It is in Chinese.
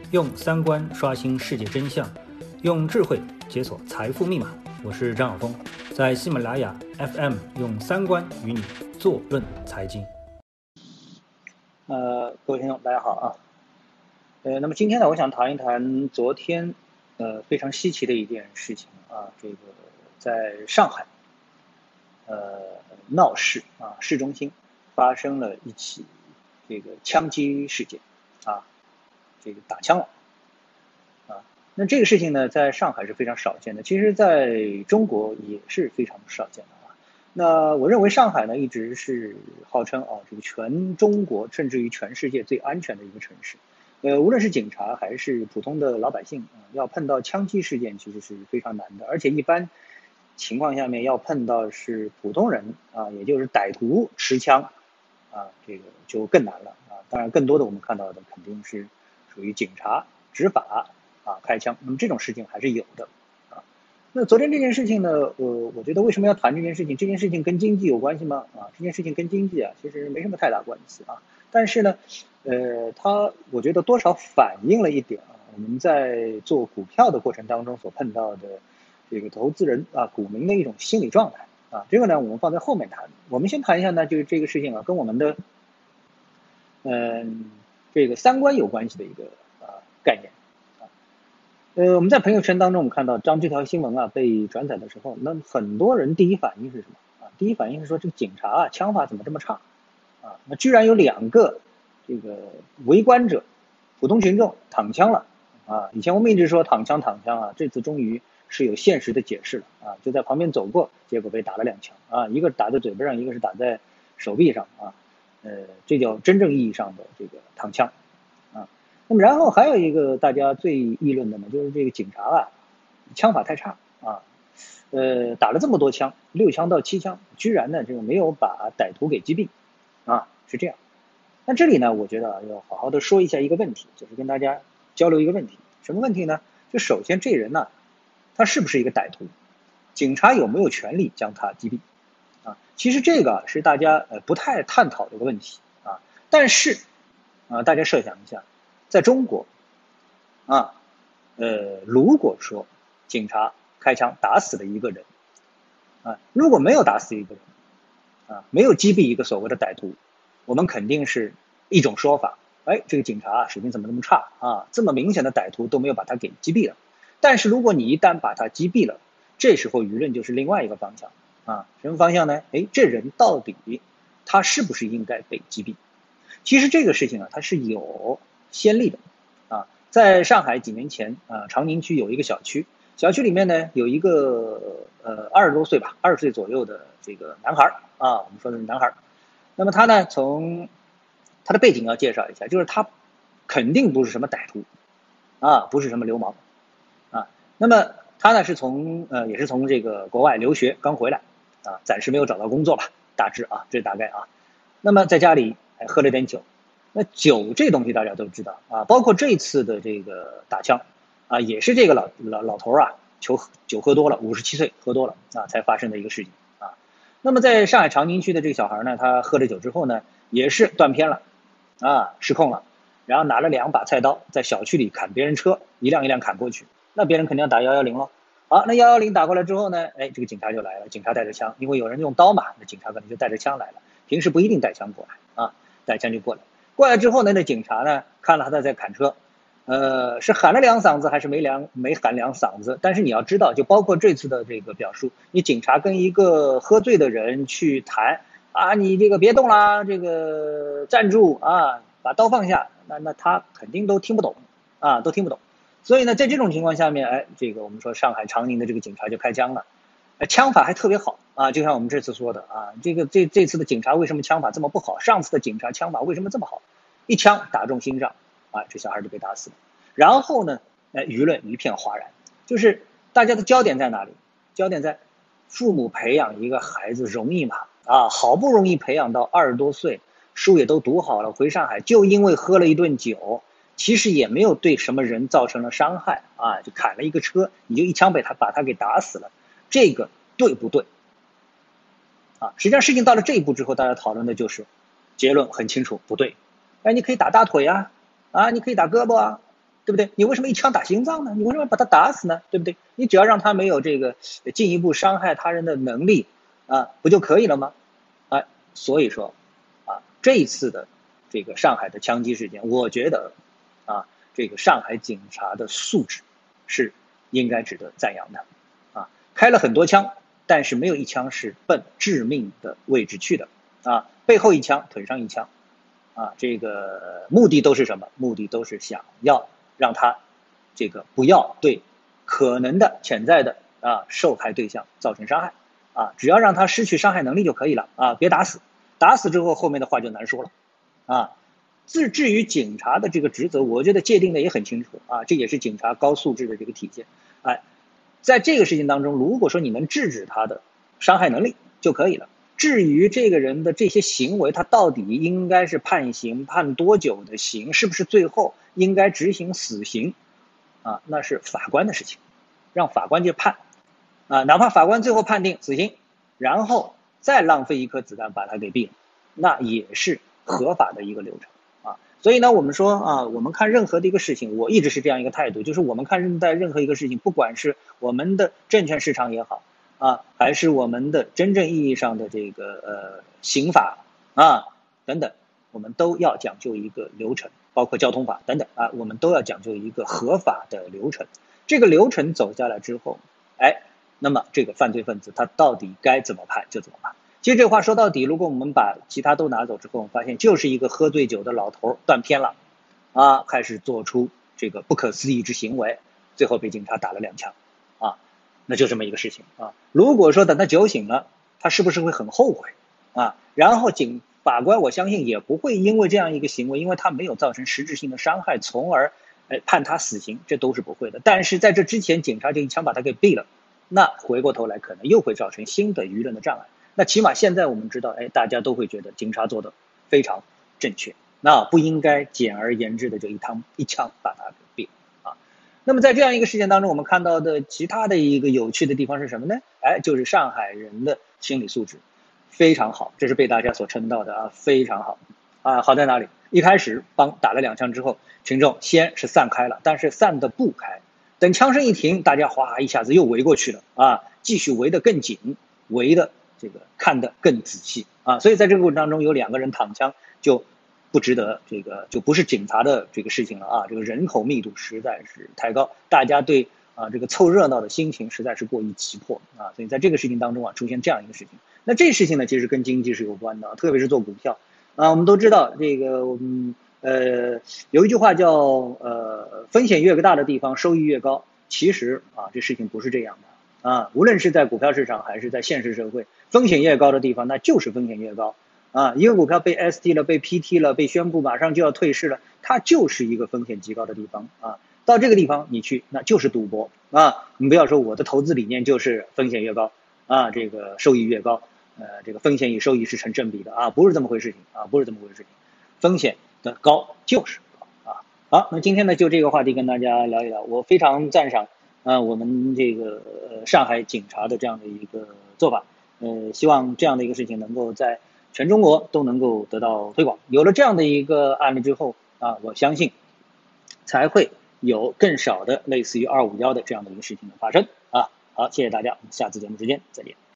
用三观刷新世界真相，用智慧解锁财富密码。我是张晓峰，在喜马拉雅 FM 用三观与你坐论财经。 各位听众大家好啊。那么今天呢，我想谈一谈昨天非常稀奇的一件事情啊，这个在上海闹市啊，市中心发生了一起这个枪击事件啊，这个打枪了啊。那这个事情呢，在上海是非常少见的，其实在中国也是非常少见的啊。那我认为上海呢，一直是号称这个全中国甚至于全世界最安全的一个城市。无论是警察还是普通的老百姓要碰到枪击事件其实是非常难的，而且一般情况下面要碰到是普通人啊，也就是歹徒持枪啊，这个就更难了啊。当然，更多的我们看到的肯定是属于警察执法啊开枪，那么这种事情还是有的啊。那昨天这件事情呢，我觉得为什么要谈这件事情？这件事情跟经济有关系吗？啊，这件事情跟经济其实没什么太大关系啊。但是呢，我觉得多少反映了一点我们在做股票的过程当中所碰到的这个投资人股民的一种心理状态啊。这个呢，我们放在后面谈。我们先谈一下呢，就是这个事情跟我们的这个三观有关系的一个概念我们在朋友圈当中，我们看到当这条新闻被转载的时候，那很多人第一反应是什么第一反应是说这个警察枪法怎么这么差那居然有2个这个围观者普通群众躺枪了以前我们一直说躺枪这次终于是有现实的解释了就在旁边走过，结果被打了2枪一个打在嘴巴上，一个是打在手臂上这叫真正意义上的这个躺枪那么然后还有一个大家最议论的呢，就是这个警察枪法太差打了这么多枪，6枪到7枪，居然呢这个没有把歹徒给击毙是这样。那这里呢，我觉得要好好的说一下一个问题，就是跟大家交流一个问题。什么问题呢？就首先这人他是不是一个歹徒？警察有没有权利将他击毙其实这个是大家不太探讨的一个问题但是大家设想一下，在中国如果说警察开枪打死了一个人如果没有打死一个人没有击毙一个所谓的歹徒，我们肯定是一种说法，这个警察水平怎么那么差这么明显的歹徒都没有把他给击毙了。但是如果你一旦把他击毙了，这时候舆论就是另外一个方向什么方向呢？这人到底他是不是应该被击毙？其实这个事情它是有先例的在上海几年前长宁区有一个小区里面呢有一个20多岁吧，20岁左右的这个男孩我们说的是男孩。那么他呢，从他的背景要介绍一下，就是他肯定不是什么歹徒不是什么流氓那么他呢是也是从这个国外留学刚回来暂时没有找到工作吧，大致这是大概那么在家里还喝了点酒。那酒这东西大家都知道包括这次的这个打枪也是这个老头酒喝多了，57岁喝多了才发生的一个事情那么在上海长宁区的这个小孩呢，他喝了酒之后呢，也是断片了失控了，然后拿了2把菜刀在小区里砍别人车，一辆一辆砍过去，那别人肯定要打110了。好，那110打过来之后呢，这个警察就来了，警察带着枪，因为有人用刀嘛，那警察可能就带着枪来了，平时不一定带枪过来带枪就过来之后呢，那警察呢看了他在砍车是喊了2嗓子还是没喊2嗓子？但是你要知道，就包括这次的这个表述，你警察跟一个喝醉的人去谈你这个别动啦，这个站住把刀放下，那他肯定都听不懂都听不懂。所以呢，在这种情况下面，这个我们说上海长宁的这个警察就开枪了，枪法还特别好就像我们这次说的这次的警察为什么枪法这么不好？上次的警察枪法为什么这么好？一枪打中心脏这小孩就被打死了。然后呢舆论一片哗然，就是大家的焦点在哪里？焦点在父母培养一个孩子容易吗好不容易培养到20多岁，书也都读好了，回上海就因为喝了一顿酒，其实也没有对什么人造成了伤害就砍了一个车，你就一枪把他给打死了，这个对不对实际上事情到了这一步之后，大家讨论的就是结论很清楚，不对你可以打大腿你可以打胳膊对不对？你为什么一枪打心脏呢？你为什么把他打死呢？对不对？你只要让他没有这个进一步伤害他人的能力啊，不就可以了吗？啊，所以说啊，这一次的这个上海的枪击事件，我觉得啊，这个上海警察的素质是应该值得赞扬的啊，开了很多枪，但是没有一枪是奔致命的位置去的啊，背后一枪，腿上一枪啊，这个目的都是什么？目的都是想要让他这个不要对可能的潜在的受害对象造成伤害啊，只要让他失去伤害能力就可以了啊，别打死，打死之后后面的话就难说了啊。至于警察的这个职责，我觉得界定的也很清楚啊，这也是警察高素质的这个体现。哎，在这个事情当中，如果说你能制止他的伤害能力就可以了。至于这个人的这些行为，他到底应该是判刑，判多久的刑，是不是最后应该执行死刑啊，那是法官的事情，让法官去判啊，哪怕法官最后判定死刑，然后再浪费一颗子弹把他给毙了，那也是合法的一个流程啊。所以呢，我们说啊，我们看任何的一个事情，我一直是这样一个态度，就是我们看待任何一个事情，不管是我们的证券市场也好啊，还是我们的真正意义上的这个刑法啊等等，我们都要讲究一个流程，包括交通法等等啊，我们都要讲究一个合法的流程。这个流程走下来之后，哎，那么这个犯罪分子他到底该怎么判就怎么判。其实这话说到底，如果我们把其他都拿走之后，我们发现就是一个喝醉酒的老头断片了啊，开始做出这个不可思议之行为，最后被警察打了2枪啊，那就这么一个事情啊。如果说等他酒醒了，他是不是会很后悔啊？然后法官我相信也不会因为这样一个行为，因为他没有造成实质性的伤害，从而判他死刑，这都是不会的。但是在这之前，警察就一枪把他给毙了，那回过头来可能又会造成新的舆论的障碍。那起码现在我们知道，大家都会觉得警察做的非常正确，那不应该简而言之的就一枪把他给毙啊。那么在这样一个事件当中，我们看到的其他的一个有趣的地方是什么呢？就是上海人的心理素质非常好，这是被大家所称道的啊，非常好啊。好在哪里？一开始打了2枪之后，群众先是散开了，但是散得不开。等枪声一停，大家哗一下子又围过去了啊，继续围得更紧，围的这个看得更仔细啊。所以在这个过程当中，有2个人躺枪就不值得这个，就不是警察的这个事情了啊。这个人口密度实在是太高，大家对这个凑热闹的心情实在是过于急迫啊。所以在这个事情当中出现这样一个事情。那这事情呢，其实跟经济是有关的，特别是做股票啊。我们都知道这个有一句话叫风险越大的地方收益越高。其实这事情不是这样的啊。无论是在股票市场还是在现实社会，风险越高的地方，那就是风险越高啊。一个股票被 ST 了，被 PT 了，被宣布马上就要退市了，它就是一个风险极高的地方啊。到这个地方你去，那就是赌博啊。你不要说我的投资理念就是风险越高啊，这个收益越高，这个风险与收益是成正比的啊，不是这么回事情啊，不是这么回事情。风险的高就是高啊。好，那今天呢就这个话题跟大家聊一聊，我非常赞赏我们这个上海警察的这样的一个做法，希望这样的一个事情能够在全中国都能够得到推广。有了这样的一个案例之后我相信才会有更少的类似于251的这样的一个事情的发生啊。好，谢谢大家，我们下次节目时间再见。